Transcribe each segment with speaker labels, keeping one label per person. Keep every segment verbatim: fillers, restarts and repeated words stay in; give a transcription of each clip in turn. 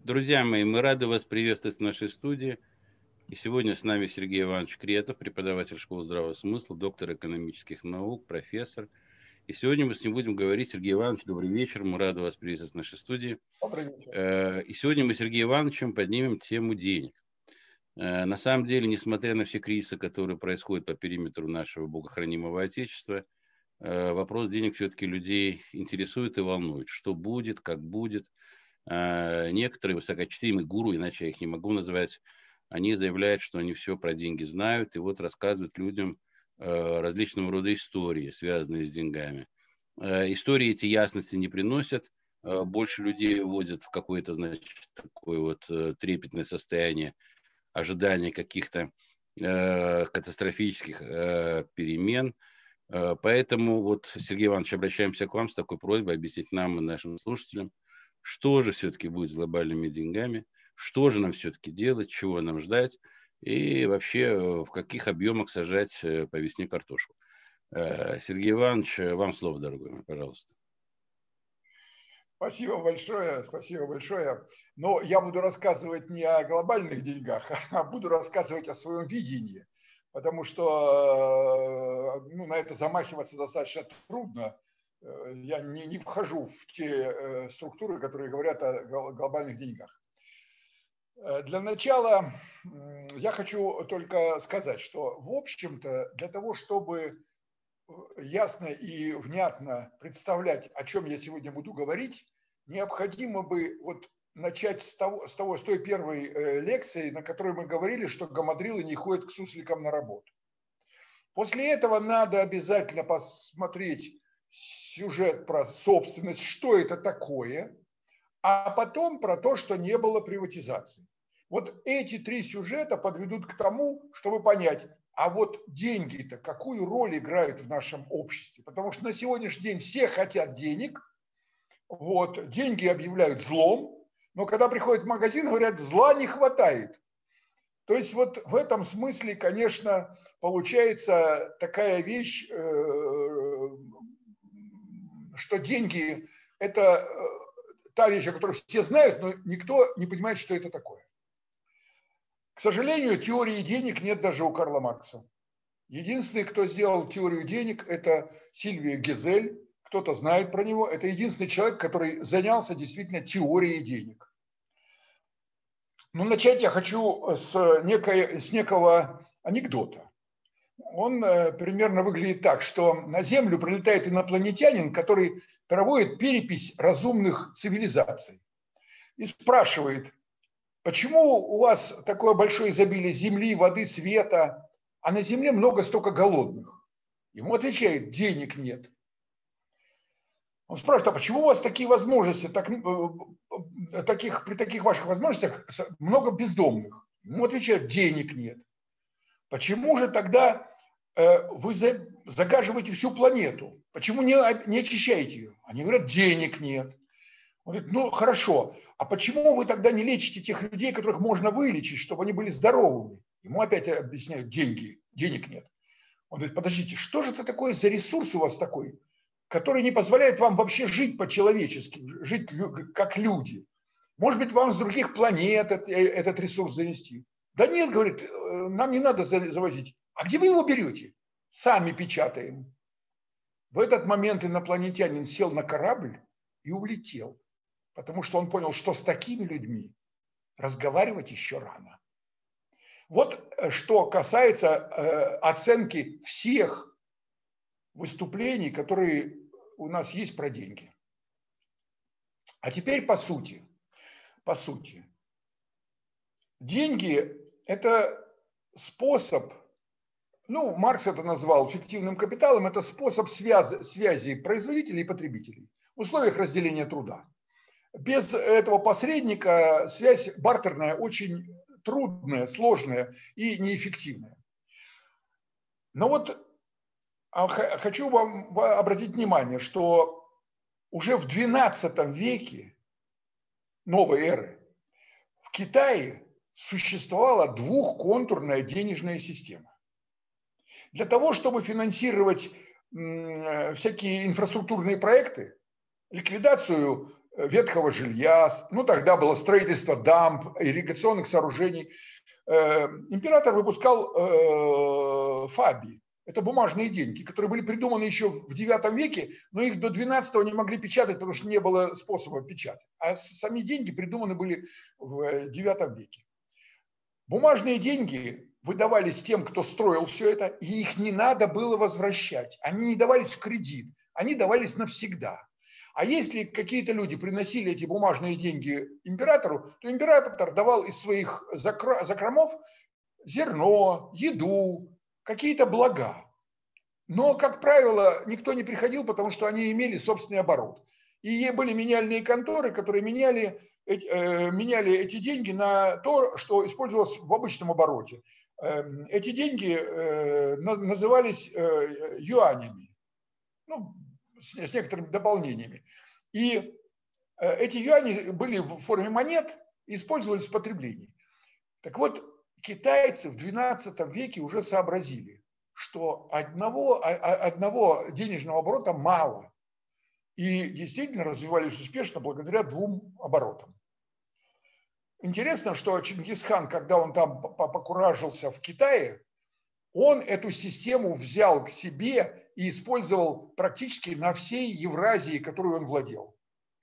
Speaker 1: Друзья мои, мы рады вас приветствовать в нашей студии. И сегодня с нами Сергей Иванович Кретов, преподаватель школы здравого смысла, доктор экономических наук, профессор. И сегодня мы с ним будем говорить. Сергей Иванович, добрый вечер. Мы рады вас приветствовать в нашей студии.
Speaker 2: Добрый вечер.
Speaker 1: Э, И сегодня мы с Сергеем Ивановичем поднимем тему денег. Э, На самом деле, несмотря на все кризисы, которые происходят по периметру нашего богохранимого Отечества, э, вопрос денег все-таки людей интересует и волнует. Что будет, как будет. Э, Некоторые высокочтимые гуру, иначе я их не могу называть, они заявляют, что они все про деньги знают, и вот рассказывают людям э, различного рода истории, связанные с деньгами. Э, Истории эти ясности не приносят, э, больше людей вводят в какое-то, значит, такое вот э, трепетное состояние ожидания каких-то э, катастрофических э, перемен. Э, Поэтому вот, Сергей Иванович, обращаемся к вам с такой просьбой объяснить нам и нашим слушателям, что же все-таки будет с глобальными деньгами, что же нам все-таки делать, чего нам ждать и вообще э, в каких объемах сажать э, по весне картошку. Э, Сергей Иванович, э, вам слово, дорогой мой, пожалуйста.
Speaker 2: Спасибо большое, спасибо большое. Но я буду рассказывать не о глобальных деньгах, а буду рассказывать о своем видении, потому что э, ну, на это замахиваться достаточно трудно. Э, Я не, не вхожу в те э, структуры, которые говорят о гл- глобальных деньгах. Э, Для начала м, я хочу только сказать, что, в общем-то, для того, чтобы ясно и внятно представлять, о чем я сегодня буду говорить, необходимо бы вот начать с того, с того, с той первой э, лекции, на которой мы говорили, что гамадрилы не ходят к сусликам на работу. После этого надо обязательно посмотреть сюжет про собственность, что это такое, а потом про то, что не было приватизации. Вот эти три сюжета подведут к тому, чтобы понять, а вот деньги-то какую роль играют в нашем обществе? Потому что на сегодняшний день все хотят денег, вот, деньги объявляют злом, но когда приходят в магазин, говорят, зла не хватает. То есть вот в этом смысле, конечно, получается такая вещь, что деньги – это та вещь, о которой все знают, но никто не понимает, что это такое. К сожалению, теории денег нет даже у Карла Маркса. Единственный, кто сделал теорию денег, это Сильвио Гезель. Кто-то знает про него. Это единственный человек, который занялся действительно теорией денег. Но начать я хочу с, некой, с некого анекдота. Он примерно выглядит так, что на Землю прилетает инопланетянин, который проводит перепись разумных цивилизаций. И спрашивает, почему у вас такое большое изобилие земли, воды, света, а на земле много столько голодных? Ему отвечает, денег нет. Он спрашивает, а почему у вас такие возможности, так, таких, при таких ваших возможностях много бездомных? Ему отвечают, денег нет. Почему же тогда вы загаживаете всю планету? Почему не, не очищаете ее? Они говорят, денег нет. Он говорит, ну хорошо, а почему вы тогда не лечите тех людей, которых можно вылечить, чтобы они были здоровыми? Ему опять объясняют, деньги, денег нет. Он говорит, подождите, что же это такое за ресурс у вас такой, который не позволяет вам вообще жить по-человечески, жить как люди? Может быть, вам с других планет этот, этот ресурс занести? Да нет, говорит, нам не надо завозить. А где вы его берете? Сами печатаем. В этот момент инопланетянин сел на корабль и улетел. Потому что он понял, что с такими людьми разговаривать еще рано. Вот что касается э, оценки всех выступлений, которые у нас есть про деньги. А теперь по сути. По сути. Деньги – это способ, ну, Маркс это назвал фиктивным капиталом, это способ связи, связи производителей и потребителей в условиях разделения труда. Без этого посредника связь бартерная очень трудная, сложная и неэффективная. Но вот хочу вам обратить внимание, что уже в двенадцатом веке новой эры в Китае существовала двухконтурная денежная система. Для того, чтобы финансировать всякие инфраструктурные проекты, ликвидацию ветхого жилья, ну тогда было строительство дамб, ирригационных сооружений. Император выпускал фаби. Это бумажные деньги, которые были придуманы еще в девятом веке, но их до двенадцатого не могли печатать, потому что не было способа печатать. А сами деньги придуманы были в девятом веке. Бумажные деньги выдавались тем, кто строил все это, и их не надо было возвращать. Они не давались в кредит, они давались навсегда. А если какие-то люди приносили эти бумажные деньги императору, то император давал из своих закромов зерно, еду, какие-то блага. Но, как правило, никто не приходил, потому что они имели собственный оборот. И были меняльные конторы, которые меняли, э, меняли эти деньги на то, что использовалось в обычном обороте. Э, эти деньги э, назывались э, юанями, ну, с, с некоторыми дополнениями. И э, эти юани были в форме монет и использовались в потреблении. Так вот, китайцы в двенадцатом веке уже сообразили, что одного, одного денежного оборота мало. И действительно развивались успешно благодаря двум оборотам. Интересно, что Чингисхан, когда он там покуражился в Китае, он эту систему взял к себе и использовал практически на всей Евразии, которую он владел.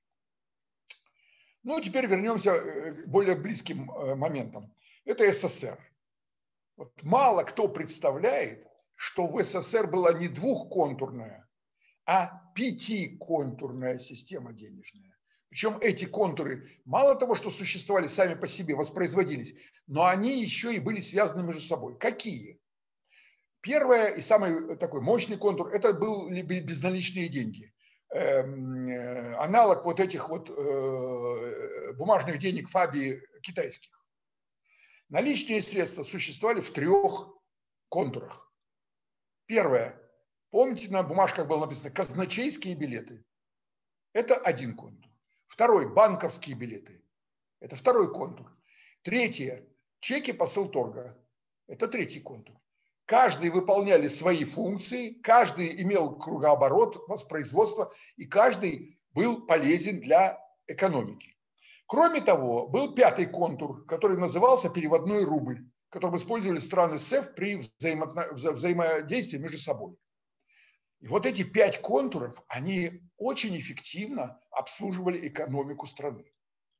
Speaker 2: Ну, теперь вернемся к более близким моментам. Это СССР. Вот мало кто представляет, что в СССР была не двухконтурная, а пятиконтурная система денежная. Причем эти контуры мало того, что существовали сами по себе, воспроизводились, но они еще и были связаны между собой. Какие? Первый и самый такой мощный контур – это были безналичные деньги. Аналог вот этих вот бумажных денег фаби китайских. Наличные средства существовали в трех контурах. Первое. Помните, на бумажках было написано казначейские билеты. Это один контур. Второй. Банковские билеты. Это второй контур. Третье. Чеки посылторга. Это третий контур. Каждый выполняли свои функции, каждый имел кругооборот, воспроизводство, и каждый был полезен для экономики. Кроме того, был пятый контур, который назывался переводной рубль, которым использовали страны СЭФ при взаимо- взаимодействии между собой. И вот эти пять контуров, они очень эффективно обслуживали экономику страны.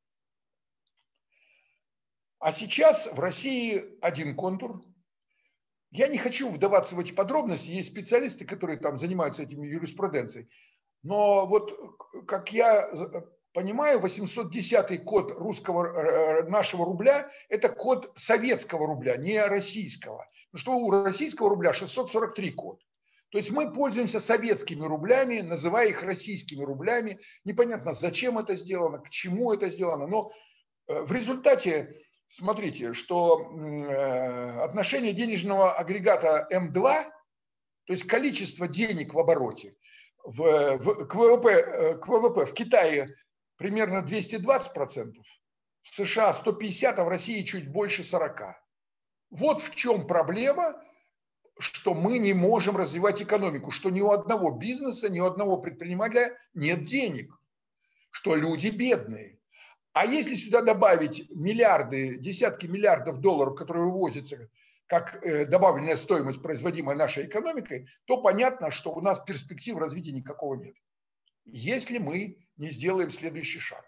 Speaker 2: А сейчас в России один контур. Я не хочу вдаваться в эти подробности, есть специалисты, которые там занимаются этими юриспруденцией. Но вот, как я понимаю, восемьсот десятый код русского нашего рубля – это код советского рубля, не российского. Потому что у российского рубля шестьсот сорок три код. То есть мы пользуемся советскими рублями, называя их российскими рублями. Непонятно, зачем это сделано, к чему это сделано. Но в результате, смотрите, что отношение денежного агрегата эм два, то есть количество денег в обороте, в, в, к, ВВП, к ВВП в Китае примерно двести двадцать процентов, в США сто пятьдесят, а в России чуть больше сорока. Вот в чем проблема, что мы не можем развивать экономику, что ни у одного бизнеса, ни у одного предпринимателя нет денег, что люди бедные. А если сюда добавить миллиарды, десятки миллиардов долларов, которые вывозятся как добавленная стоимость, производимая нашей экономикой, то понятно, что у нас перспектив развития никакого нет. Если мы не сделаем следующий шаг.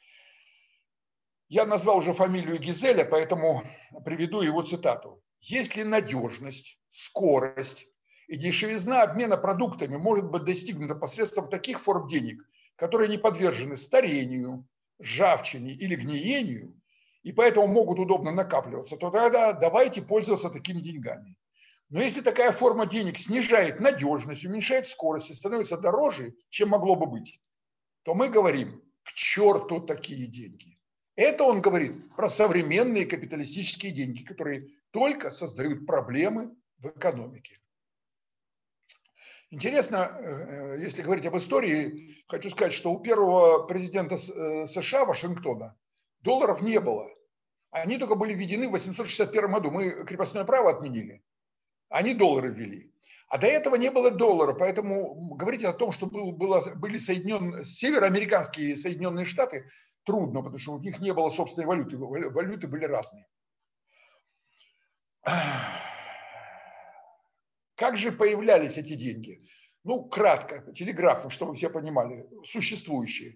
Speaker 2: Я назвал уже фамилию Гизеля, поэтому приведу его цитату. Если надежность, скорость и дешевизна обмена продуктами может быть достигнута посредством таких форм денег, которые не подвержены старению, ржавчине или гниению, и поэтому могут удобно накапливаться, то тогда давайте пользоваться такими деньгами. Но если такая форма денег снижает надежность, уменьшает скорость и становится дороже, чем могло бы быть, то мы говорим, к черту такие деньги. Это он говорит про современные капиталистические деньги, которые только создают проблемы в экономике. Интересно, если говорить об истории, хочу сказать, что у первого президента США, Вашингтона, долларов не было. Они только были введены в восемьсот шестьдесят первом году. Мы крепостное право отменили. Они доллары ввели. А до этого не было доллара, поэтому говорить о том, что был, было, были соединен, североамериканские Соединенные Штаты, трудно, потому что у них не было собственной валюты, валюты были разные. Как же появлялись эти деньги? Ну, кратко, телеграфно, чтобы все понимали, существующие.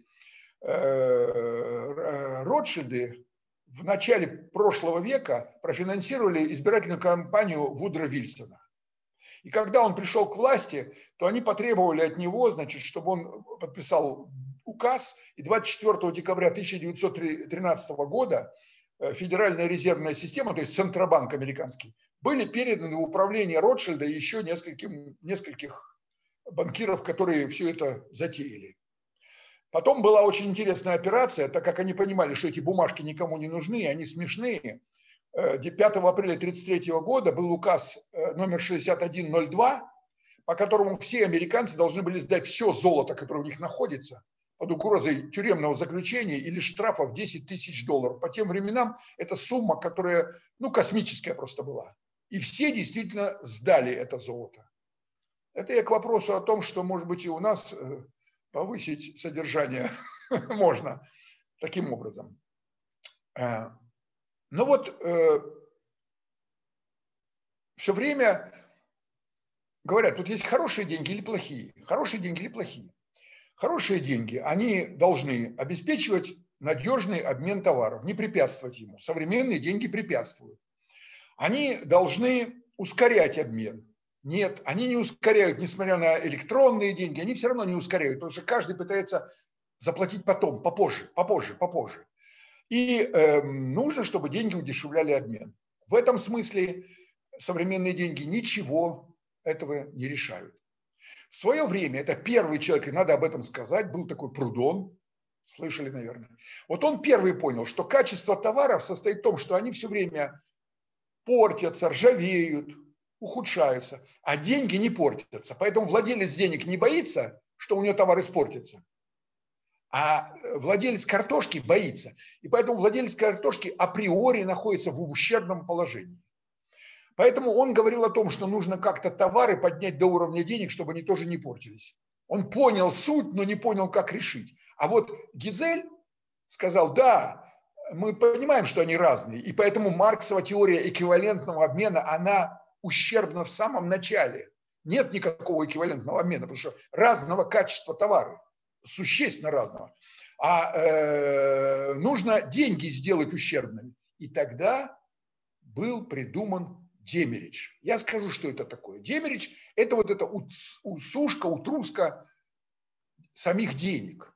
Speaker 2: Ротшильды в начале прошлого века профинансировали избирательную кампанию Вудро Вильсона. И когда он пришел к власти, то они потребовали от него, значит, чтобы он подписал указ, и двадцать четвёртого декабря тысяча девятьсот тринадцатого года Федеральная резервная система, то есть Центробанк американский, были переданы в управление Ротшильда и еще нескольким, нескольких банкиров, которые все это затеяли. Потом была очень интересная операция, так как они понимали, что эти бумажки никому не нужны, они смешные. пятого апреля тысяча девятьсот тридцать третьего года был указ номер шестьдесят один ноль два, по которому все американцы должны были сдать все золото, которое у них находится, под угрозой тюремного заключения или штрафа в десять тысяч долларов. По тем временам это сумма, которая, ну, космическая просто была. И все действительно сдали это золото. Это я к вопросу о том, что, может быть, и у нас повысить содержание можно таким образом. Но вот все время говорят, тут есть хорошие деньги или плохие. Хорошие деньги или плохие. Хорошие деньги, они должны обеспечивать надежный обмен товаров, не препятствовать ему. Современные деньги препятствуют. Они должны ускорять обмен. Нет, они не ускоряют, несмотря на электронные деньги, они все равно не ускоряют, потому что каждый пытается заплатить потом, попозже, попозже, попозже. И э, нужно, чтобы деньги удешевляли обмен. В этом смысле современные деньги ничего этого не решают. В свое время, это первый человек, и надо об этом сказать, был такой Прудон, слышали, наверное. Вот он первый понял, что качество товаров состоит в том, что они все время портятся, ржавеют, ухудшаются, а деньги не портятся. Поэтому владелец денег не боится, что у него товар испортится, а владелец картошки боится. И поэтому владелец картошки априори находится в ущербном положении. Поэтому он говорил о том, что нужно как-то товары поднять до уровня денег, чтобы они тоже не портились. Он понял суть, но не понял, как решить. А вот Гизель сказал, да, мы понимаем, что они разные, и поэтому Марксова теория эквивалентного обмена, она ущербна в самом начале. Нет никакого эквивалентного обмена, потому что разного качества товары, существенно разного. А э, нужно деньги сделать ущербными. И тогда был придуман демеридж. Я скажу, что это такое. Демеридж – это вот эта усушка, утруска самих денег.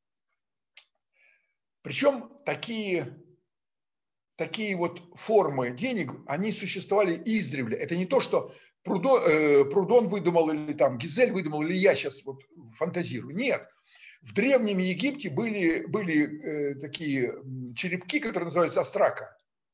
Speaker 2: Причем такие, такие вот формы денег, они существовали издревле. Это не то, что Прудон, э, Прудон выдумал, или там Гизель выдумал, или я сейчас вот фантазирую. Нет. В Древнем Египте были, были э, такие черепки, которые называются астрака,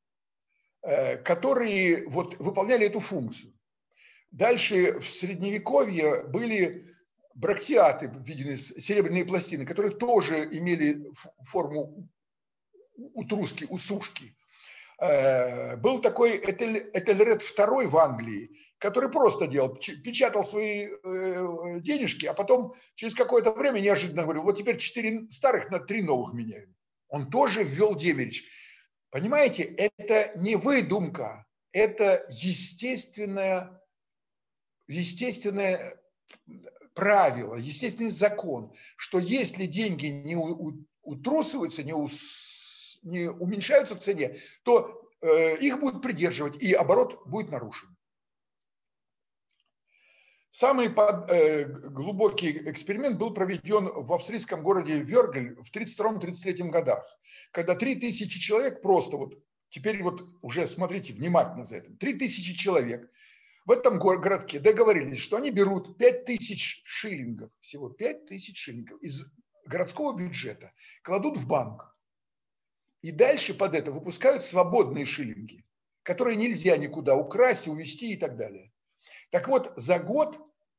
Speaker 2: которые вот выполняли эту функцию. Дальше в Средневековье были брахтиаты, видны серебряные пластины, которые тоже имели форму утруски, усушки. Был такой Этельред второй в Англии, который просто делал, печатал свои денежки, а потом через какое-то время неожиданно говорил, вот теперь четыре старых на три новых меняем. Он тоже ввел демеридж. Понимаете, это не выдумка, это естественное, естественное правило, естественный закон, что если деньги не утрусываются, не, ус, не уменьшаются в цене, то э, их будут придерживать, и оборот будет нарушен. Самый под, э, глубокий эксперимент был проведен в австрийском городе Вёргель в тридцать втором — тридцать третьем годах, когда три тысячи человек просто вот, теперь вот уже смотрите внимательно за этим, три тысячи человек в этом городке договорились, что они берут пять тысяч шиллингов, всего пять тысяч шиллингов из городского бюджета, кладут в банк. И дальше под это выпускают свободные шиллинги, которые нельзя никуда украсть, увезти и так далее. Так вот, за год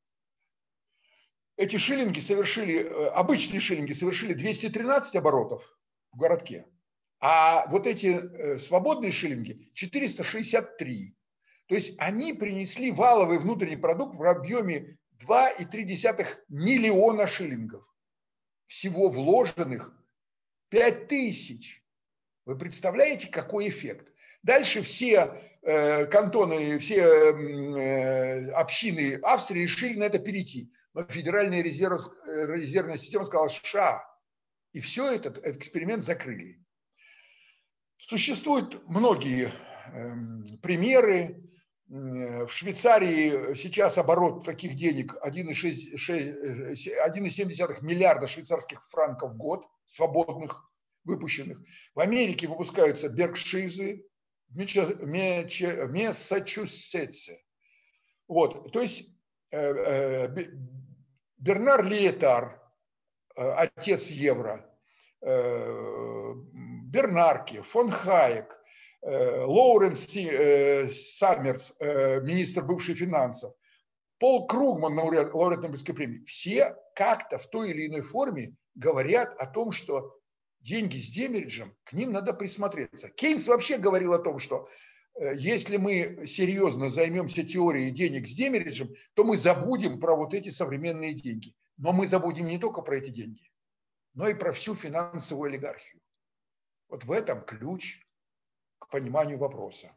Speaker 2: эти шиллинги совершили, обычные шиллинги совершили двести тринадцать оборотов в городке, а вот эти свободные шиллинги четыреста шестьдесят три. То есть они принесли валовый внутренний продукт в объеме два и три десятых миллиона шиллингов. Всего вложенных пять тысяч. Вы представляете, какой эффект? Дальше все э, кантоны, все э, общины Австрии решили на это перейти. Но Федеральная резерв, резервная система сказала «ша». И все этот, этот эксперимент закрыли. Существуют многие э, примеры. В Швейцарии сейчас оборот таких денег один и семь десятых миллиарда швейцарских франков в год, свободных, выпущенных. В Америке выпускаются беркшизы в Массачусетсе. Вот, то есть э, э, Бернар Лиетар, э, отец евро, э, Бернарке, фон Хайек, Лоуренс Саммерс, министр бывший финансов, Пол Кругман, лауреат Нобелевской премии, все как-то в той или иной форме говорят о том, что деньги с демериджем, к ним надо присмотреться. Кейнс вообще говорил о том, что если мы серьезно займемся теорией денег с демериджем, то мы забудем про вот эти современные деньги. Но мы забудем не только про эти деньги, но и про всю финансовую олигархию. Вот в этом ключ к пониманию вопроса.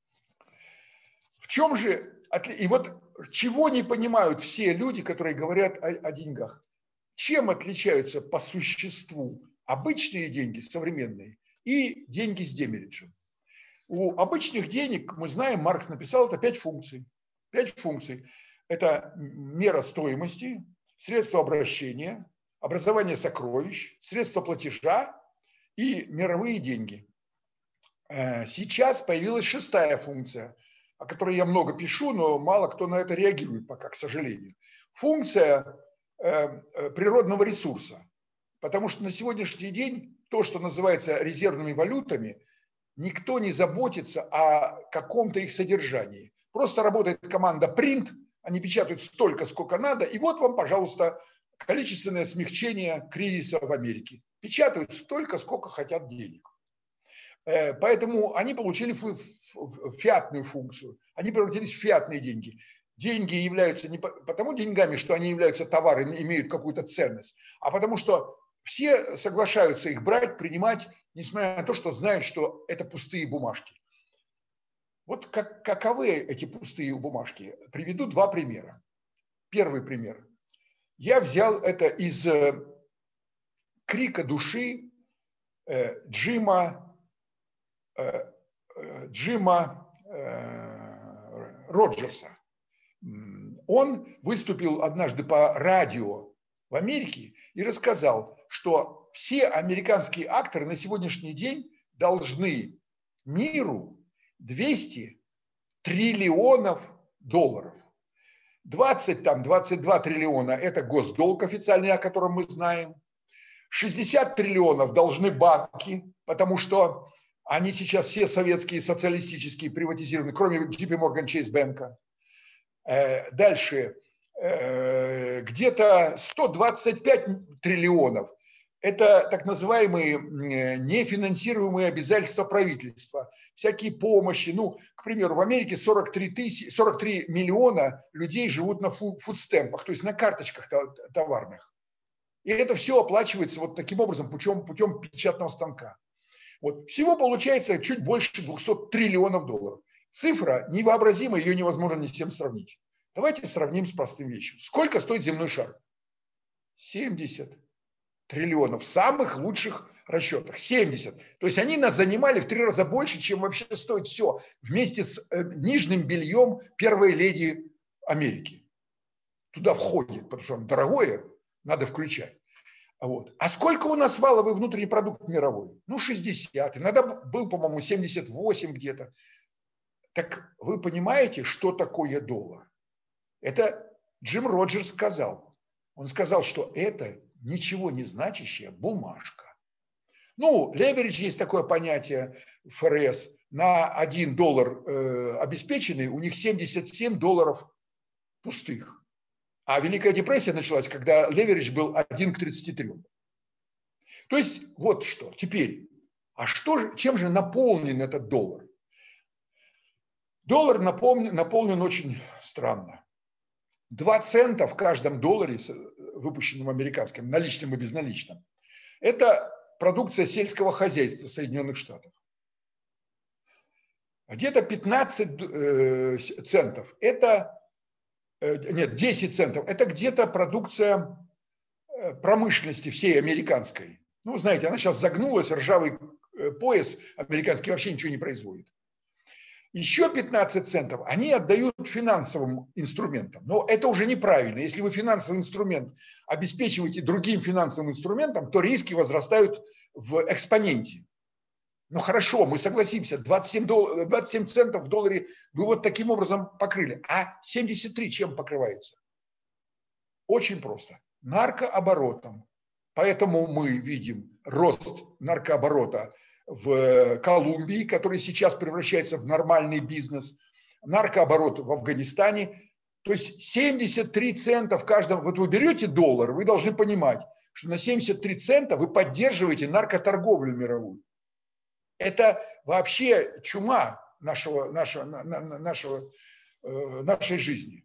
Speaker 2: В чем же... И вот чего не понимают все люди, которые говорят о, о деньгах? Чем отличаются по существу обычные деньги, современные, и деньги с демериджем? У обычных денег, мы знаем, Маркс написал, это пять функций. Пять функций. Это мера стоимости, средства обращения, образование сокровищ, средства платежа и мировые деньги. Сейчас появилась шестая функция, о которой я много пишу, но мало кто на это реагирует пока, к сожалению. Функция природного ресурса. Потому что на сегодняшний день то, что называется резервными валютами, никто не заботится о каком-то их содержании. Просто работает команда print, они печатают столько, сколько надо, и вот вам, пожалуйста, количественное смягчение кризиса в Америке. Печатают столько, сколько хотят денег. Поэтому они получили фиатную функцию, они превратились в фиатные деньги. Деньги являются не потому деньгами, что они являются товаром, имеют какую-то ценность, а потому что все соглашаются их брать, принимать, несмотря на то, что знают, что это пустые бумажки. Вот как, каковы эти пустые бумажки? Приведу два примера. Первый пример. Я взял это из крика души Джима Джима Роджерса. Он выступил однажды по радио в Америке и рассказал, что все американские акторы на сегодняшний день должны миру двести триллионов долларов. двадцать, там, двадцать два триллиона – это госдолг официальный, о котором мы знаем. шестьдесят триллионов должны банки, потому что они сейчас все советские, социалистические, приватизированы, кроме джей пи Morgan Chase Bank. Дальше. Где-то сто двадцать пять триллионов. Это так называемые нефинансируемые обязательства правительства. Всякие помощи. Ну, к примеру, в Америке сорок три тысячи, сорок три миллиона людей живут на фудстемпах, то есть на карточках товарных. И это все оплачивается вот таким образом, путем, путем печатного станка. Вот. Всего получается чуть больше двухсот триллионов долларов. Цифра невообразимая, ее невозможно ни с чем сравнить. Давайте сравним с простым вещью. Сколько стоит земной шар? семьдесят триллионов в самых лучших расчетах. семьдесят. То есть они нас занимали в три раза больше, чем вообще стоит все. Вместе с нижним бельем первой леди Америки. Туда входит, потому что оно дорогое, надо включать. Вот. А сколько у нас валовый внутренний продукт мировой? Ну, шестьдесят. Иногда был, по-моему, семьдесят восемь где-то. Так вы понимаете, что такое доллар? Это Джим Роджерс сказал. Он сказал, что это ничего не значащая бумажка. Ну, леверидж есть такое понятие эф эр эс. На один доллар э, обеспеченный, у них семьдесят семь долларов пустых. А Великая депрессия началась, когда леверидж был один к тридцати трём. То есть, вот что. Теперь, а что, чем же наполнен этот доллар? Доллар наполнен, наполнен очень странно. Два цента в каждом долларе, выпущенном американским, наличным и безналичным, это продукция сельского хозяйства Соединенных Штатов. Где-то пятнадцать центов, это, нет, десять центов, это где-то продукция промышленности всей американской. Ну, знаете, она сейчас загнулась, ржавый пояс американский вообще ничего не производит. Еще пятнадцать центов они отдают финансовым инструментам. Но это уже неправильно. Если вы финансовый инструмент обеспечиваете другим финансовым инструментом, то риски возрастают в экспоненте. Ну хорошо, мы согласимся, двадцать семь, долларов, двадцать семь центов в долларе вы вот таким образом покрыли. А семьдесят три чем покрывается? Очень просто. Наркооборотом. Поэтому мы видим рост наркооборота в Колумбии, который сейчас превращается в нормальный бизнес, наркооборот в Афганистане. То есть семьдесят три цента в каждом. Вот вы берете доллар, вы должны понимать, что на семьдесят три цента вы поддерживаете наркоторговлю мировую. Это вообще чума нашего, нашего, нашего, нашей жизни.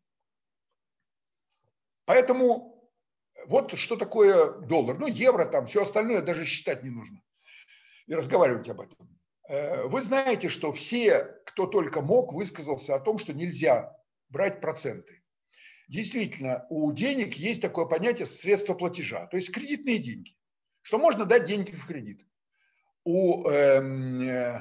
Speaker 2: Поэтому вот что такое доллар. Ну, евро там, все остальное даже считать не нужно. И разговаривать об этом. Вы знаете, что все, кто только мог, высказался о том, что нельзя брать проценты. Действительно, у денег есть такое понятие средства платежа, то есть кредитные деньги, что можно дать деньги в кредит. У э,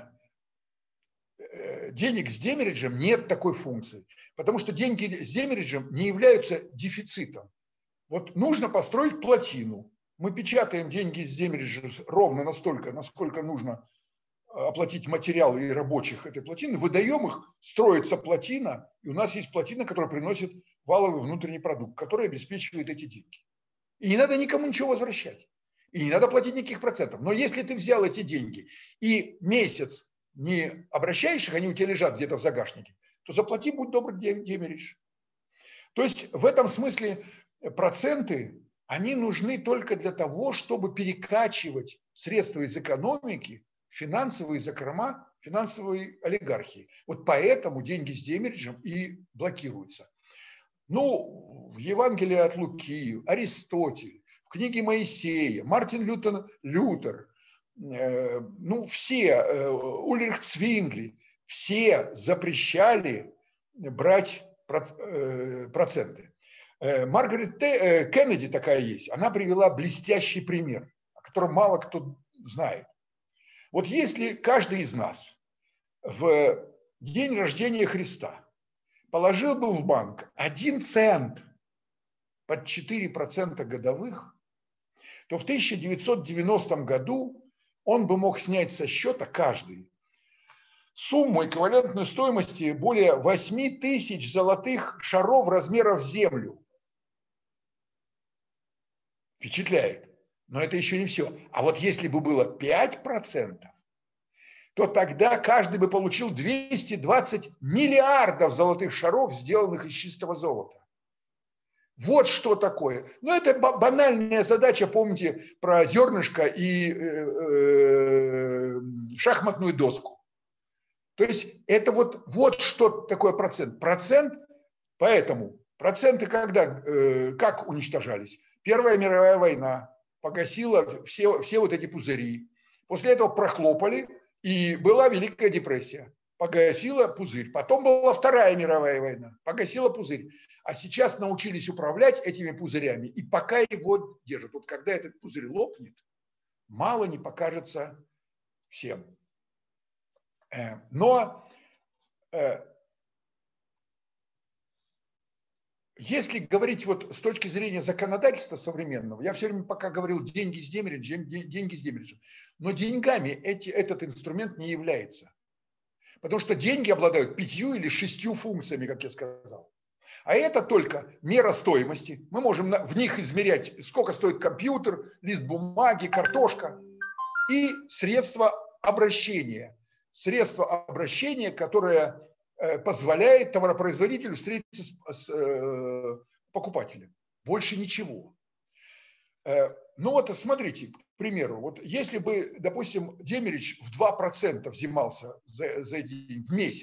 Speaker 2: э, денег с демериджем нет такой функции, потому что деньги с демериджем не являются дефицитом. Вот нужно построить плотину. Мы печатаем деньги с демериджем ровно настолько, насколько нужно оплатить материалы и рабочих этой плотины, выдаем их, строится плотина, и у нас есть плотина, которая приносит валовый внутренний продукт, который обеспечивает эти деньги. И не надо никому ничего возвращать. И не надо платить никаких процентов. Но если ты взял эти деньги и месяц не обращаешь их, они у тебя лежат где-то в загашнике, то заплати, будь добр, демеридж. То есть в этом смысле проценты, они нужны только для того, чтобы перекачивать средства из экономики в финансовые закрома финансовой олигархии. Вот поэтому деньги с демериджем и блокируются. Ну, в Евангелии от Луки, Аристотель, в книге Моисея, Мартин Лютер, Лютер э, ну все, э, Ульрих Цвингли, все запрещали брать э, проценты. Э, Маргарет Т, э, Кеннеди такая есть, она привела блестящий пример, о котором мало кто знает. Вот если каждый из нас в день рождения Христа положил бы в банк один цент под четыре процента годовых, то в тысяча девятьсот девяностом году он бы мог снять со счета каждый сумму, эквивалентную стоимости более восьми тысяч золотых шаров размеров с землю. Впечатляет. Но это еще не все. А вот если бы было пять процентов, то тогда каждый бы получил двести двадцать миллиардов золотых шаров, сделанных из чистого золота. Вот что такое. Ну, это банальная задача, помните, про зернышко и э, э, шахматную доску. То есть это вот, вот что такое процент. Процент, поэтому проценты когда, э, как уничтожались? Первая мировая война погасила все, все вот эти пузыри. После этого прохлопали, и была Великая депрессия. Погасила пузырь. Потом была Вторая мировая война. Погасила пузырь. А сейчас научились управлять этими пузырями. И пока его держат. Вот когда этот пузырь лопнет, мало не покажется всем. Но если говорить вот с точки зрения законодательства современного, я все время пока говорил деньги с демериджем, деньги с демериджем. Но деньгами эти, этот инструмент не является. Потому что деньги обладают пятью или шестью функциями, как я сказал. А это только мера стоимости. Мы можем в них измерять, сколько стоит компьютер, лист бумаги, картошка. И средства обращения. Средство обращения, которое позволяет товаропроизводителю встретиться с, с покупателем. Больше ничего. Ну вот смотрите, к примеру, вот если бы, допустим, демеридж в два процента взимался за, за день в месяц,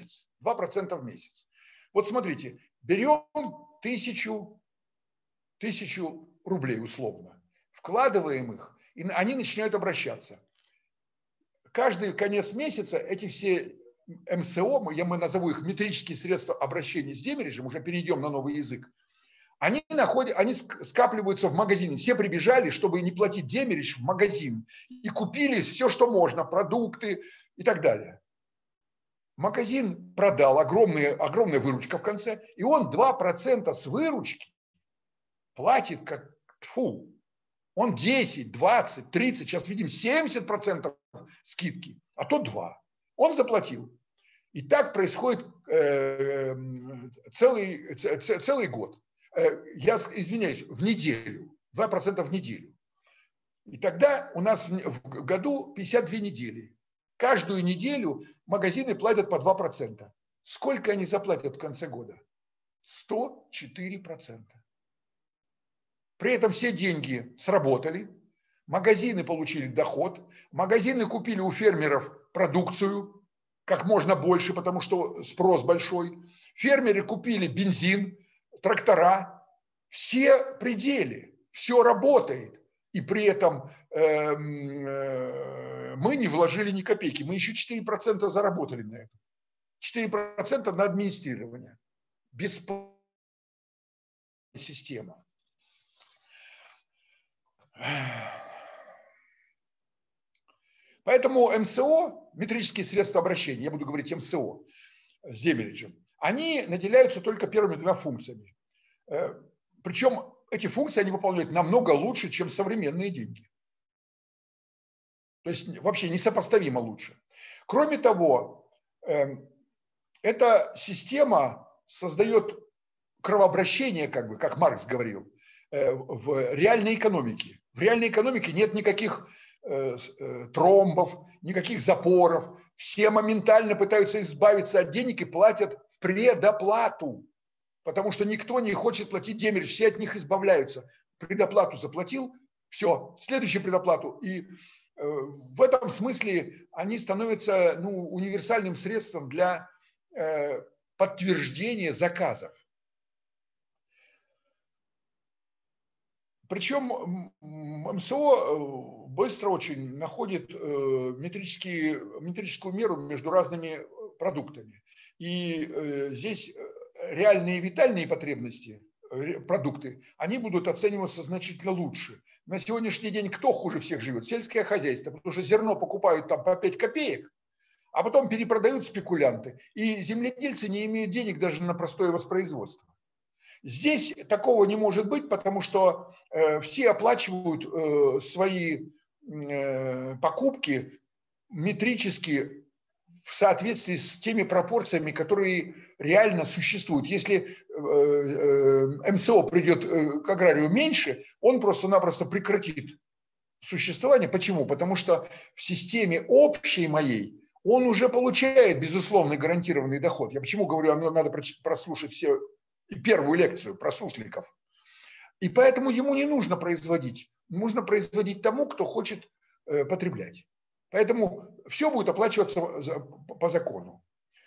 Speaker 2: два процента в месяц. Вот смотрите, берем тысячу, тысячу рублей условно, вкладываем их, и они начинают обращаться. Каждый конец месяца эти все эм эс о, я мы назову их метрические средства обращения с демириджем, уже перейдем на новый язык, они, находят, они скапливаются в магазине. Все прибежали, чтобы не платить демиридж, в магазин. И купили все, что можно, продукты и так далее. Магазин продал, огромная, огромная выручка в конце, и он два процента с выручки платит как, фу, он десять, двадцать, тридцать, сейчас видим семьдесят процентов скидки, а то два. Он заплатил. И так происходит э, целый, целый год. Я извиняюсь, в неделю, два процента в неделю. И тогда у нас в году пятьдесят две недели. Каждую неделю магазины платят по два процента. Сколько они заплатят в конце года? сто четыре процента. При этом все деньги сработали, магазины получили доход, магазины купили у фермеров продукцию как можно больше, потому что спрос большой. Фермеры купили бензин, трактора, все пределы, все работает. И при этом э, э, мы не вложили ни копейки, мы еще четыре процента заработали на этом. четыре процента на администрирование. Бесплатная система. Поэтому эм эс о, метрические средства обращения, я буду говорить эм эс о с демириджем, они наделяются только первыми двумя функциями. Причем эти функции они выполняют намного лучше, чем современные деньги. То есть вообще несопоставимо лучше. Кроме того, эта система создает кровообращение, как бы, как Маркс говорил, в реальной экономике. В реальной экономике нет никаких тромбов, никаких запоров. Все моментально пытаются избавиться от денег и платят в предоплату. Потому что никто не хочет платить демиридж, все от них избавляются. Предоплату заплатил, все, следующую предоплату. И в этом смысле они становятся ну, универсальным средством для подтверждения заказов. Причем эм эс о быстро очень находит метрическую меру между разными продуктами. И здесь реальные витальные потребности, продукты, они будут оцениваться значительно лучше. На сегодняшний день кто хуже всех живет? Сельское хозяйство, потому что зерно покупают там по пять копеек, а потом перепродают спекулянты. И земледельцы не имеют денег даже на простое воспроизводство. Здесь такого не может быть, потому что э, все оплачивают э, свои э, покупки метрически в соответствии с теми пропорциями, которые реально существуют. Если эм эс о придет к аграрию меньше, он просто-напросто прекратит существование. Почему? Потому что в системе общей моей он уже получает безусловный гарантированный доход. Я почему говорю, мне надо прослушать все, первую лекцию про сусликов. И поэтому ему не нужно производить. Нужно производить тому, кто хочет потреблять. Поэтому все будет оплачиваться по закону.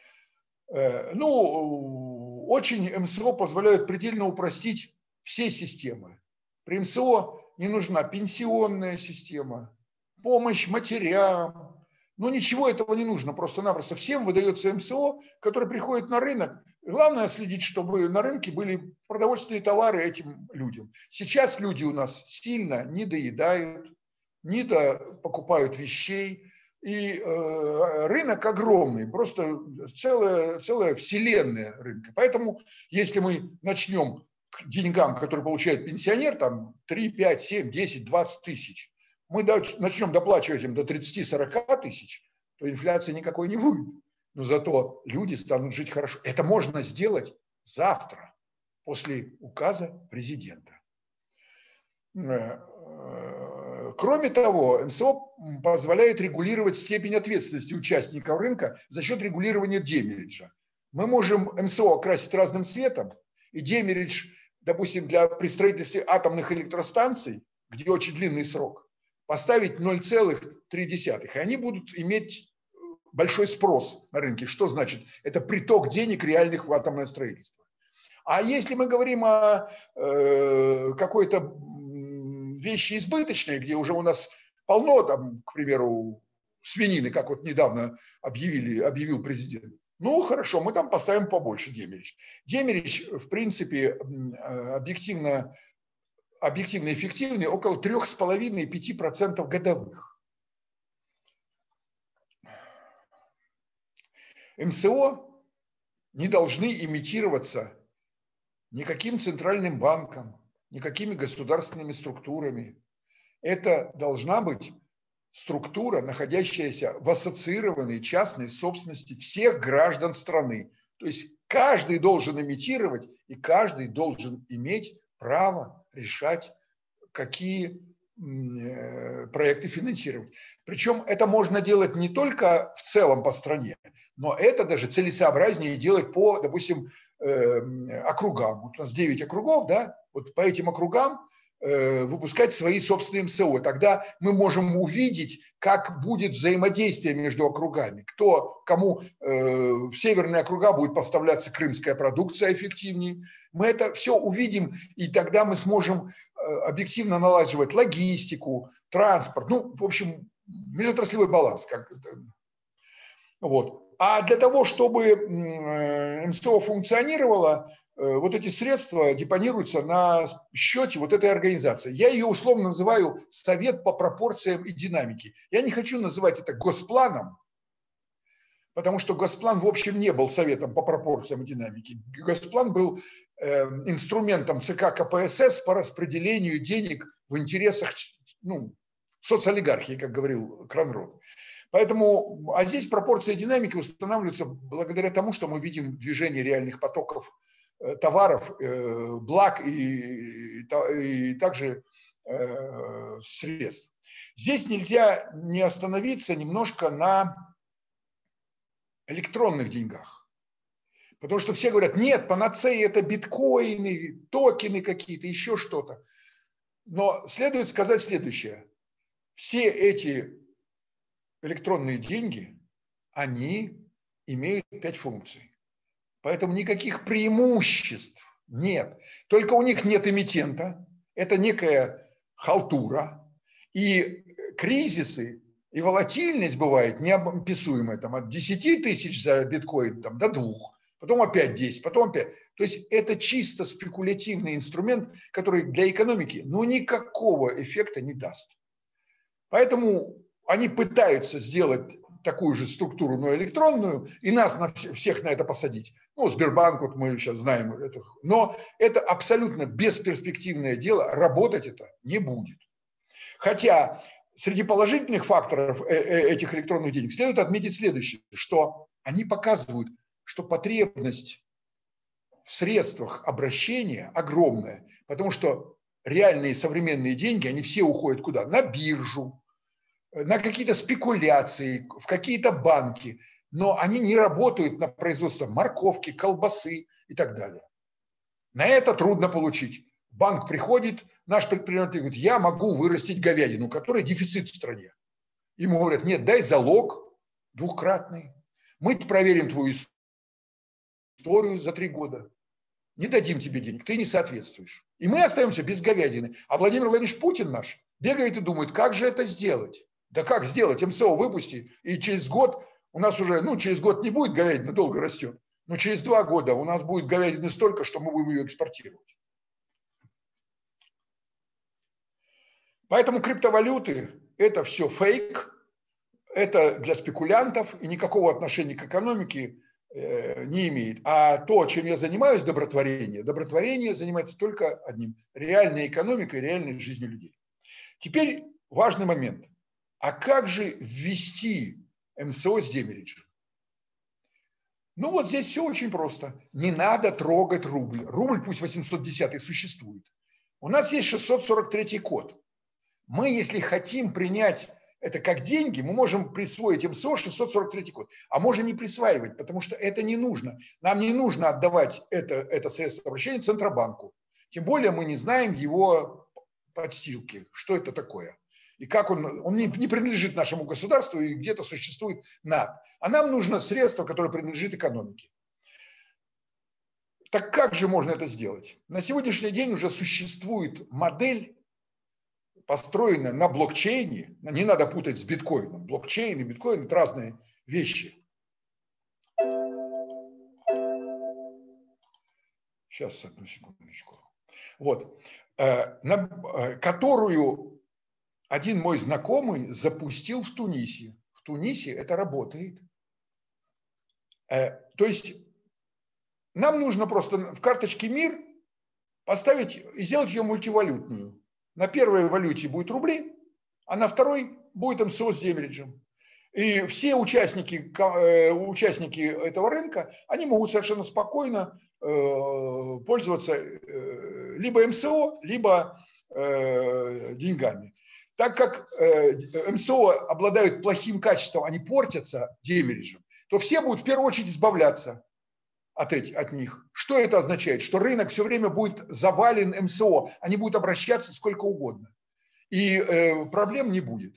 Speaker 2: Ну, очень эм эс о позволяют предельно упростить все системы. При эм эс о не нужна пенсионная система, помощь матерям. Ну, ничего этого не нужно, просто-напросто. Всем выдается эм эс о, который приходит на рынок. Главное следить, чтобы на рынке были продовольственные товары этим людям. Сейчас люди у нас сильно не доедают, не покупают вещей. И э, рынок огромный, просто целая, целая вселенная рынка. Поэтому, если мы начнем к деньгам, которые получает пенсионер, там три, пять, семь, десять, двадцать тысяч, мы начнем доплачивать им до тридцати-сорока тысяч, то инфляции никакой не будет. Но зато люди станут жить хорошо. Это можно сделать завтра, после указа президента. Кроме того, эм эс о позволяет регулировать степень ответственности участников рынка за счет регулирования демириджа. Мы можем эм эс о окрасить разным цветом, и демиридж, допустим, для при строительстве атомных электростанций, где очень длинный срок, поставить ноль целых три десятых. И они будут иметь большой спрос на рынке. Что значит? Это приток денег реальных в атомное строительство. А если мы говорим о э, какой-то вещи избыточной, где уже у нас полно, там, к примеру, свинины, как вот недавно объявили, объявил президент, ну, хорошо, мы там поставим побольше демерич. Демерич, в принципе, объективно, объективно эффективный около трех с половиной — пяти процентов годовых. МСО не должны имитироваться никаким центральным банком, никакими государственными структурами. Это должна быть структура, находящаяся в ассоциированной частной собственности всех граждан страны. То есть каждый должен имитировать, и каждый должен иметь право решать, какие проекты финансировать. Причем это можно делать не только в целом по стране, но это даже целесообразнее делать по, допустим, округам. Вот у нас девять округов, да, вот по этим округам выпускать свои собственные МСО. Тогда мы можем увидеть, как будет взаимодействие между округами. Кто, кому э, в северные округа будет поставляться крымская продукция эффективнее. Мы это все увидим, и тогда мы сможем э, объективно налаживать логистику, транспорт. Ну, в общем, межотраслевой баланс. Как, вот. А для того, чтобы э, МСО функционировало, вот эти средства депонируются на счете вот этой организации. Я ее условно называю Совет по пропорциям и динамике. Я не хочу называть это госпланом, потому что госплан в общем не был Советом по пропорциям и динамике. Госплан был э, инструментом ЦК КПСС по распределению денег в интересах, ну, соцолигархии, как говорил Кронрод. Поэтому, а здесь пропорции и динамики устанавливаются благодаря тому, что мы видим движение реальных потоков товаров, благ и, и также средств. Здесь нельзя не остановиться немножко на электронных деньгах. Потому что все говорят, нет, панацея это биткоины, токены какие-то, еще что-то. Но следует сказать следующее. Все эти электронные деньги, они имеют пять функций. Поэтому никаких преимуществ нет. Только у них нет эмитента. Это некая халтура. И кризисы, и волатильность бывает неописуемая. Там, от десяти тысяч за биткоин там, до двух. Потом опять десять, потом опять. То есть это чисто спекулятивный инструмент, который для экономики ну, никакого эффекта не даст. Поэтому они пытаются сделать такую же структуру, но электронную, и нас на всех на это посадить. Ну, Сбербанк, вот мы сейчас знаем это. Но это абсолютно бесперспективное дело, работать это не будет. Хотя среди положительных факторов этих электронных денег следует отметить следующее, что они показывают, что потребность в средствах обращения огромная, потому что реальные современные деньги, они все уходят куда? На биржу, на какие-то спекуляции, в какие-то банки, но они не работают на производство морковки, колбасы и так далее. На это трудно получить. Банк приходит, наш предприниматель говорит, я могу вырастить говядину, которая дефицит в стране. Ему говорят, нет, дай залог двукратный. Мы проверим твою историю за три года. Не дадим тебе денег, ты не соответствуешь. И мы остаемся без говядины. А Владимир Владимирович Путин наш бегает и думает, как же это сделать? Да как сделать? МСО выпусти, и через год у нас уже, ну, через год не будет говядина, долго растет, но через два года у нас будет говядины столько, что мы будем ее экспортировать. Поэтому криптовалюты – это все фейк, это для спекулянтов и никакого отношения к экономике э, не имеет. А то, чем я занимаюсь, добротворение, добротворение занимается только одним – реальной экономикой, реальной жизнью людей. Теперь важный момент. А как же ввести МСО с демериджем? Ну вот здесь все очень просто. Не надо трогать рубль. Рубль пусть восемьсот десятый существует. У нас есть шестьсот сорок третий код. Мы, если хотим принять это как деньги, мы можем присвоить МСО шестьсот сорок третий код. А можем не присваивать, потому что это не нужно. Нам не нужно отдавать это, это средство обращения Центробанку. Тем более мы не знаем его подстилки. Что это такое? И как он, он не, не принадлежит нашему государству и где-то существует над. А нам нужно средство, которое принадлежит экономике. Так как же можно это сделать? На сегодняшний день уже существует модель, построенная на блокчейне. Не надо путать с биткоином. Блокчейн и биткоин – это разные вещи. Сейчас, одну секундочку. Вот. На, которую один мой знакомый запустил в Тунисе. В Тунисе это работает. То есть нам нужно просто в карточке МИР поставить и сделать ее мультивалютную. На первой валюте будет рубли, а на второй будет эм эс о с демериджем. И все участники, участники этого рынка, они могут совершенно спокойно пользоваться либо эм эс о, либо деньгами. Так как эм эс о обладают плохим качеством, они портятся демериджем, то все будут в первую очередь избавляться от, этих, от них. Что это означает? Что рынок все время будет завален эм эс о, они будут обращаться сколько угодно. И э, проблем не будет.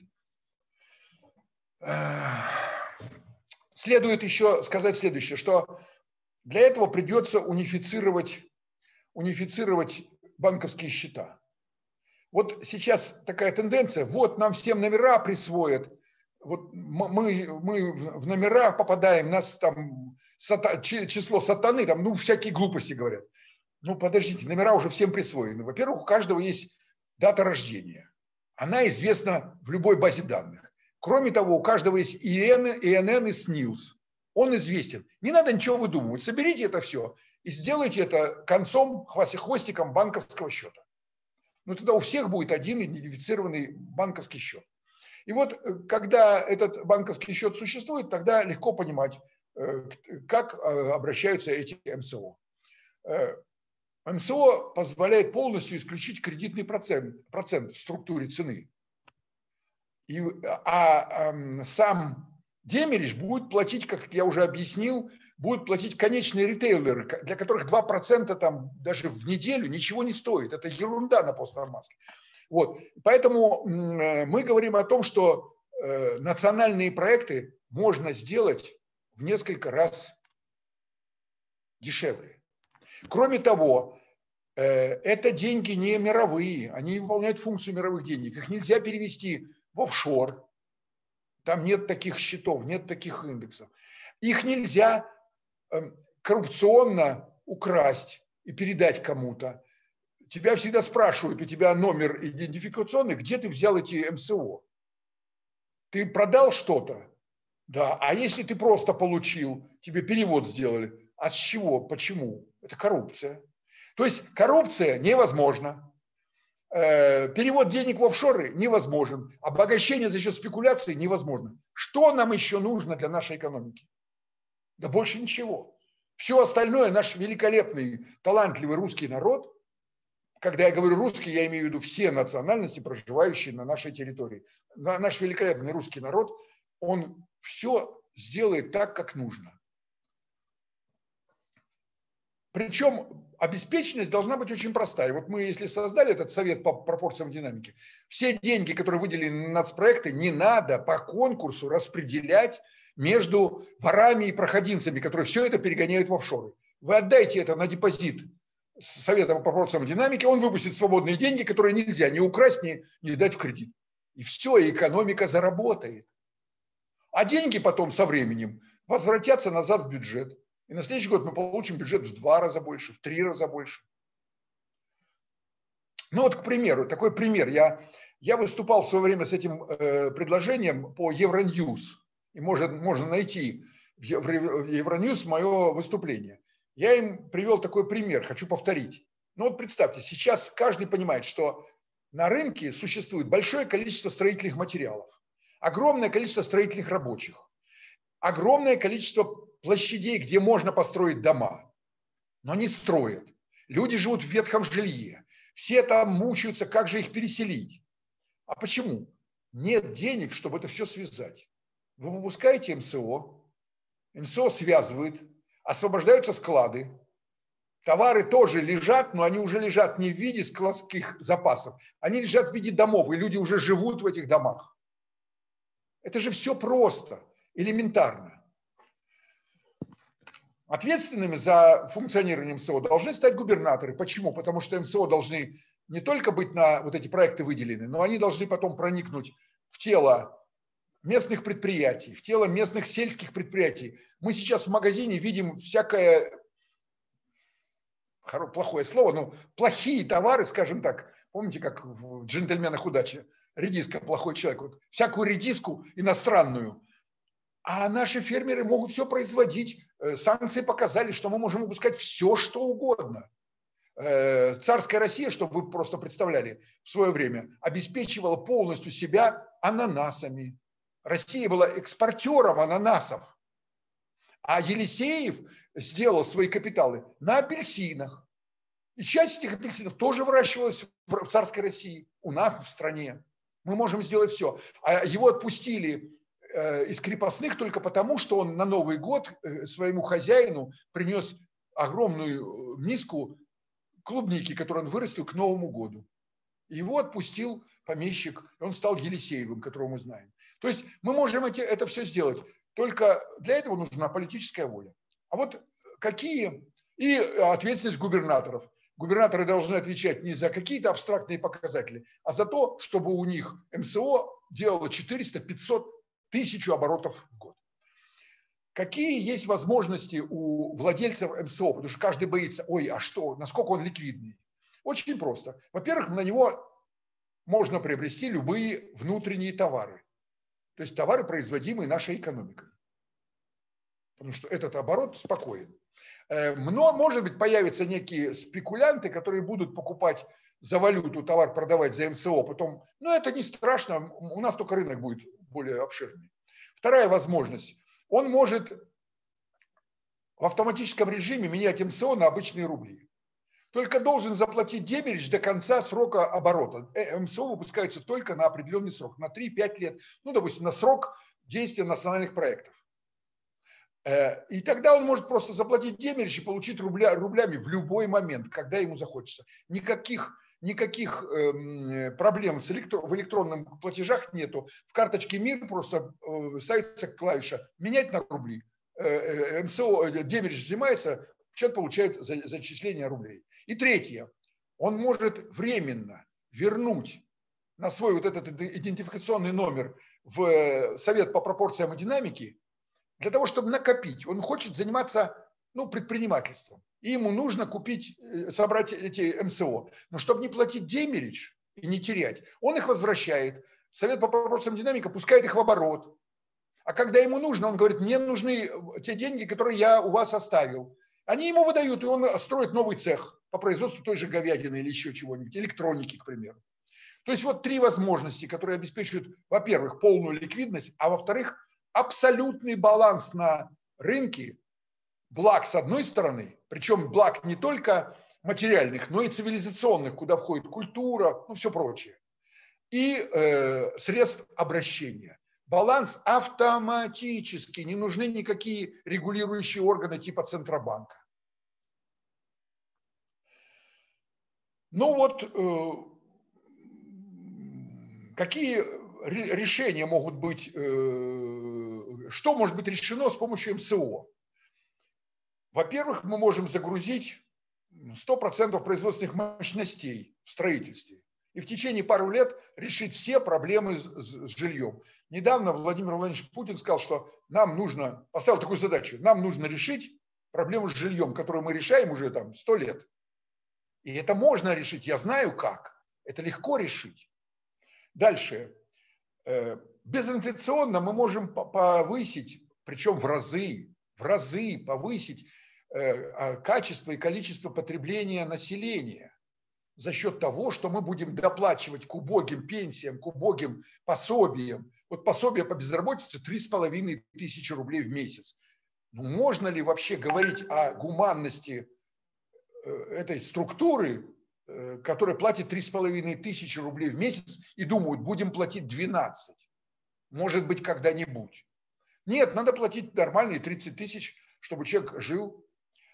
Speaker 2: Следует еще сказать следующее, что для этого придется унифицировать, унифицировать банковские счета. Вот сейчас такая тенденция, вот нам всем номера присвоят, вот мы, мы в номера попадаем, нас там сата, число сатаны, там, ну, всякие глупости говорят. Ну, подождите, номера уже всем присвоены. Во-первых, у каждого есть дата рождения. Она известна в любой базе данных. Кроме того, у каждого есть и эн эн и СНИЛС. Он известен. Не надо ничего выдумывать. Соберите это все и сделайте это концом, хвостиком банковского счета. Ну, тогда у всех будет один идентифицированный банковский счет. И вот, когда этот банковский счет существует, тогда легко понимать, как обращаются эти эм эс о. эм эс о позволяет полностью исключить кредитный процент, процент в структуре цены. И, а, а сам демеридж будет платить, как я уже объяснил, будут платить конечные ритейлеры, для которых два процента там даже в неделю ничего не стоит. Это ерунда на постмаркете. Вот. Поэтому мы говорим о том, что национальные проекты можно сделать в несколько раз дешевле. Кроме того, это деньги не мировые, они выполняют функцию мировых денег. Их нельзя перевести в офшор. Там нет таких счетов, нет таких индексов. Их нельзя коррупционно украсть и передать кому-то. Тебя всегда спрашивают, у тебя номер идентификационный, где ты взял эти эм эс о? Ты продал что-то? Да. А если ты просто получил, тебе перевод сделали, а с чего? Почему? Это коррупция. То есть коррупция невозможна. Перевод денег в офшоры невозможен. Обогащение за счет спекуляции невозможно. Что нам еще нужно для нашей экономики? Да больше ничего. Все остальное наш великолепный, талантливый русский народ, когда я говорю русский, я имею в виду все национальности, проживающие на нашей территории. Наш великолепный русский народ, он все сделает так, как нужно. Причем обеспеченность должна быть очень простая. Вот мы, если создали этот совет по пропорциям динамики, все деньги, которые выделены на нацпроекты, не надо по конкурсу распределять между ворами и проходимцами, которые все это перегоняют в офшоры. Вы отдайте это на депозит совета по пропорциям динамики, он выпустит свободные деньги, которые нельзя ни украсть, ни, ни дать в кредит. И все, и экономика заработает. А деньги потом со временем возвратятся назад в бюджет. И на следующий год мы получим бюджет в два раза больше, в три раза больше. Ну вот, к примеру, такой пример. Я, я выступал в свое время с этим э, предложением по Евроньюз. И может, можно найти в Евроньюз мое выступление. Я им привел такой пример, хочу повторить. Ну вот представьте, сейчас каждый понимает, что на рынке существует большое количество строительных материалов, огромное количество строительных рабочих, огромное количество площадей, где можно построить дома, но не строят. Люди живут в ветхом жилье, все там мучаются, как же их переселить. А почему? Нет денег, чтобы это все связать. Вы выпускаете эм эс о, эм эс о связывает, освобождаются склады, Товары тоже лежат, но они уже лежат не в виде складских запасов, они лежат в виде домов, и люди уже живут в этих домах. Это же все просто, элементарно. Ответственными за функционирование эм эс о должны стать губернаторы. Почему? Потому что эм эс о должны не только быть на вот эти проекты выделены, но они должны потом проникнуть в тело местных предприятий, в тело местных сельских предприятий. Мы сейчас в магазине видим всякое, плохое слово, но плохие товары, скажем так. Помните, как в «Джентльменах удачи»? Редиска, плохой человек. Вот, всякую редиску иностранную. А наши фермеры могут все производить. Санкции показали, что мы можем выпускать все, что угодно. Царская Россия, чтобы вы просто представляли, в свое время обеспечивала полностью себя ананасами. Россия была экспортером ананасов. А Елисеев сделал свои капиталы на апельсинах. И часть этих апельсинов тоже выращивалась в царской России, у нас в стране. Мы можем сделать все. А его отпустили из крепостных только потому, что он на Новый год своему хозяину принес огромную миску клубники, которую он вырастил к Новому году. Его отпустил помещик, и он стал Елисеевым, которого мы знаем. То есть мы можем эти, это все сделать, только для этого нужна политическая воля. А вот какие... И ответственность губернаторов. Губернаторы должны отвечать не за какие-то абстрактные показатели, а за то, чтобы у них эм эс о делало четыреста, пятьсот, тысячу оборотов в год. Какие есть возможности у владельцев эм эс о? Потому что каждый боится, ой, а что, насколько он ликвидный? Очень просто. Во-первых, на него можно приобрести любые внутренние товары. То есть товары, производимые нашей экономикой. Потому что этот оборот спокоен. Но, может быть, появятся некие спекулянты, которые будут покупать за валюту товар, продавать за эм эс о. Потом, ну, это не страшно, у нас только рынок будет более обширный. Вторая возможность. Он может в автоматическом режиме менять эм эс о на обычные рубли. Только должен заплатить демеридж до конца срока оборота. эм эс о выпускаются только на определенный срок, на три-пять лет. Ну, допустим, на срок действия национальных проектов. И тогда он может просто заплатить демеридж и получить рубля, рублями в любой момент, когда ему захочется. Никаких, никаких э, проблем с электро, в электронных платежах нету. В карточке МИР просто э, ставится клавиша «менять на рубли». Э, эм эс о, демеридж снимается, человек получает за, зачисление рублей. И третье. Он может временно вернуть на свой вот этот идентификационный номер в Совет по пропорциям и динамике, для того, чтобы накопить. Он хочет заниматься, ну, предпринимательством. И ему нужно купить, собрать эти эм эс о. Но чтобы не платить демеридж и не терять, он их возвращает. Совет по пропорциям динамика пускает их в оборот. А когда ему нужно, он говорит, мне нужны те деньги, которые я у вас оставил. Они ему выдают, и он строит новый цех по производству той же говядины или еще чего-нибудь, электроники, к примеру. То есть вот три возможности, которые обеспечивают, во-первых, полную ликвидность, а во-вторых, абсолютный баланс на рынке благ с одной стороны, причем благ не только материальных, но и цивилизационных, куда входит культура, ну все прочее, и э, средств обращения. Баланс автоматически, не нужны никакие регулирующие органы типа Центробанка. Ну вот, э, какие решения могут быть, что может быть решено с помощью эм эс о? Во-первых, мы можем загрузить сто процентов производственных мощностей в строительстве и в течение пары лет решить все проблемы с жильем. Недавно Владимир Владимирович Путин сказал, что нам нужно, поставил такую задачу, нам нужно решить проблему с жильем, которую мы решаем уже там сто лет. И это можно решить, я знаю как, это легко решить. Дальше. Безинфляционно мы можем повысить, причем в разы, в разы повысить качество и количество потребления населения за счет того, что мы будем доплачивать к убогим пенсиям, к убогим пособиям. Вот пособие по безработице три с половиной тысячи рублей в месяц. Ну, можно ли вообще говорить о гуманности этой структуры, которые платят три с половиной тысячи рублей в месяц и думают, будем платить двенадцать. Может быть, когда-нибудь. Нет, надо платить нормальные тридцать тысяч, чтобы человек жил.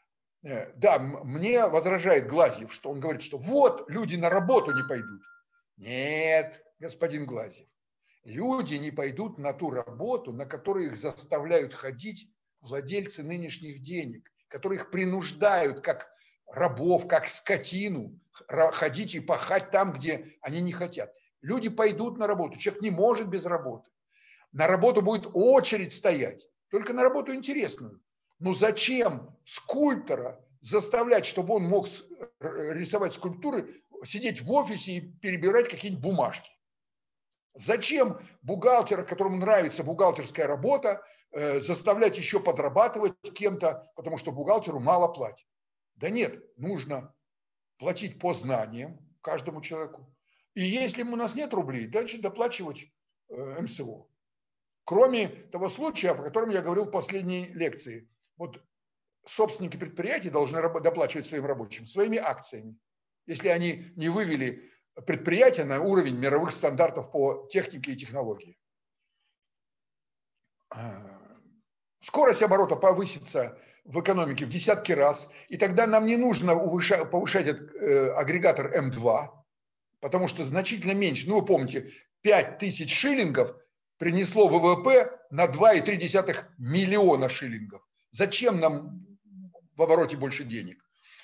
Speaker 2: Да, мне возражает Глазьев, что он говорит, что вот люди на работу не пойдут. Нет, господин Глазьев, люди не пойдут на ту работу, на которую их заставляют ходить владельцы нынешних денег, которые их принуждают как рабов, как скотину ходить и пахать там, где они не хотят. Люди пойдут на работу, человек не может без работы. На работу будет очередь стоять, только на работу интересную. Ну зачем скульптора заставлять, чтобы он мог рисовать скульптуры, сидеть в офисе и перебирать какие-нибудь бумажки? Зачем бухгалтера, которому нравится бухгалтерская работа, заставлять еще подрабатывать кем-то, потому что бухгалтеру мало платят? Да нет, нужно платить по знаниям каждому человеку. И если у нас нет рублей, дальше доплачивать эм эс о. Кроме того случая, о котором я говорил в последней лекции. Вот собственники предприятий должны доплачивать своим рабочим своими акциями, если они не вывели предприятие на уровень мировых стандартов по технике и технологии. Скорость оборота повысится в экономике в десятки раз, и тогда нам не нужно повышать этот агрегатор эм два, потому что значительно меньше. Ну, вы помните, пять тысяч шиллингов принесло вэ вэ пэ на два и три десятых миллиона шиллингов. Зачем нам в обороте больше денег?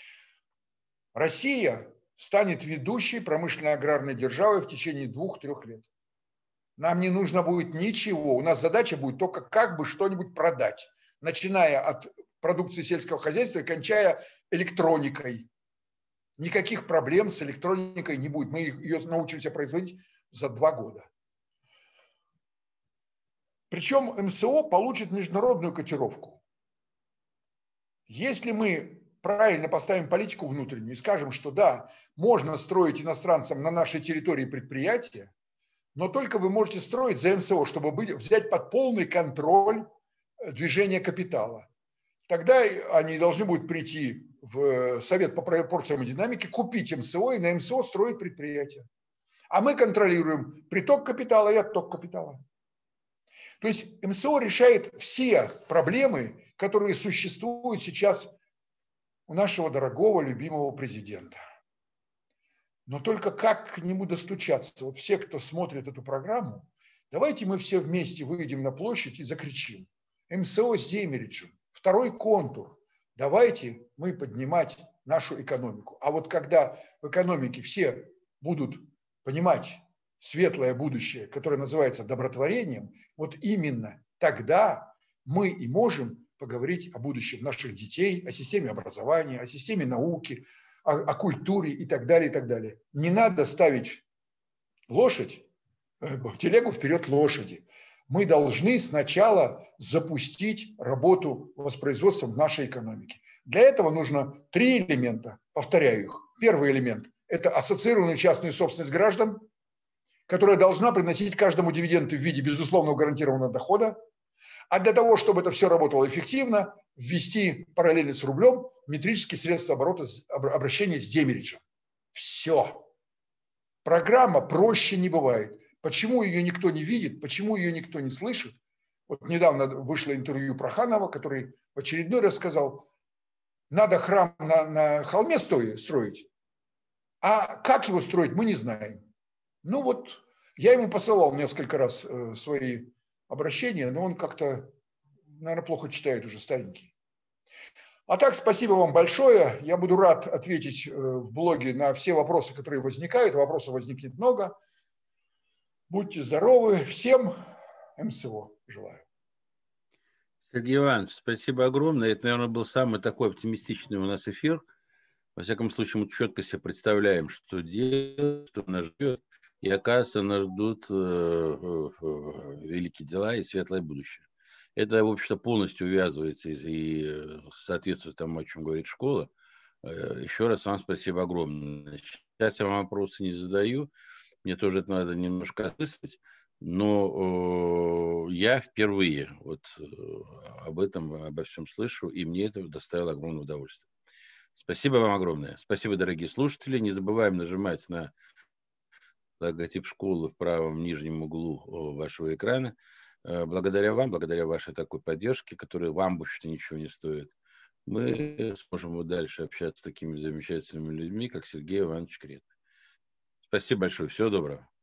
Speaker 2: Россия станет ведущей промышленно-аграрной державой в течение двух-трех лет. Нам не нужно будет ничего. У нас задача будет только как бы что-нибудь продать, начиная от продукции сельского хозяйства и кончая электроникой. Никаких проблем с электроникой не будет. Мы ее научимся производить за два года. Причем эм эс о получит международную котировку. Если мы правильно поставим политику внутреннюю и скажем, что да, можно строить иностранцам на нашей территории предприятия, но только вы можете строить за эм эс о, чтобы быть, взять под полный контроль движения капитала. Тогда они должны будут прийти в Совет по пропорциям и динамике, купить эм эс о и на эм эс о строить предприятие. А мы контролируем приток капитала и отток капитала. То есть эм эс о решает все проблемы, которые существуют сейчас у нашего дорогого, любимого президента. Но только как к нему достучаться? Вот все, кто смотрит эту программу, давайте мы все вместе выйдем на площадь и закричим: эм эс о с демериджем, второй контур, давайте мы поднимать нашу экономику. А вот когда в экономике все будут понимать светлое будущее, которое называется добротворением, вот именно тогда мы и можем поговорить о будущем наших детей, о системе образования, о системе науки, о, о культуре и так далее, и так далее. Не надо ставить лошадь, телегу вперед лошади. Мы должны сначала запустить работу воспроизводства в нашей экономике. Для этого нужно три элемента, повторяю их. Первый элемент – это ассоциированную частную собственность граждан, которая должна приносить каждому дивиденду в виде безусловного гарантированного дохода. А для того, чтобы это все работало эффективно, ввести параллельно с рублем метрические средства оборота, обращения с демериджем. Все. Программа проще не бывает. Почему ее никто не видит, почему ее никто не слышит? Вот недавно вышло интервью Проханова, который в очередной раз сказал: надо храм на, на холме строить, а как его строить, мы не знаем. Ну вот, я ему посылал несколько раз свои обращения, но он как-то, наверное, плохо читает, уже старенький. А так, спасибо вам большое. Я буду рад ответить в блоге на все вопросы, которые возникают. Вопросов возникнет много. Будьте здоровы. Всем эм эс о желаю.
Speaker 1: Сергей Иванович, спасибо огромное. Это, наверное, был самый такой оптимистичный у нас эфир. Во всяком случае, мы четко себе представляем, что делать, что нас ждет. И, оказывается, нас ждут э, э, э, великие дела и светлое будущее. Это, в общем-то, полностью увязывается и, и соответствует тому, о чем говорит школа. Э, еще раз вам спасибо огромное. Сейчас я вам вопросы не задаю. Мне тоже это надо немножко осмыслить. Но э, я впервые вот э, об этом, обо всем слышу, и мне это доставило огромное удовольствие. Спасибо вам огромное. Спасибо, дорогие слушатели. Не забываем нажимать на логотип школы в правом нижнем углу вашего экрана. Благодаря вам, благодаря вашей такой поддержке, которая вам, в общем-то, ничего не стоит, мы сможем вот дальше общаться с такими замечательными людьми, как Сергей Иванович Крет. Спасибо большое. Всего доброго.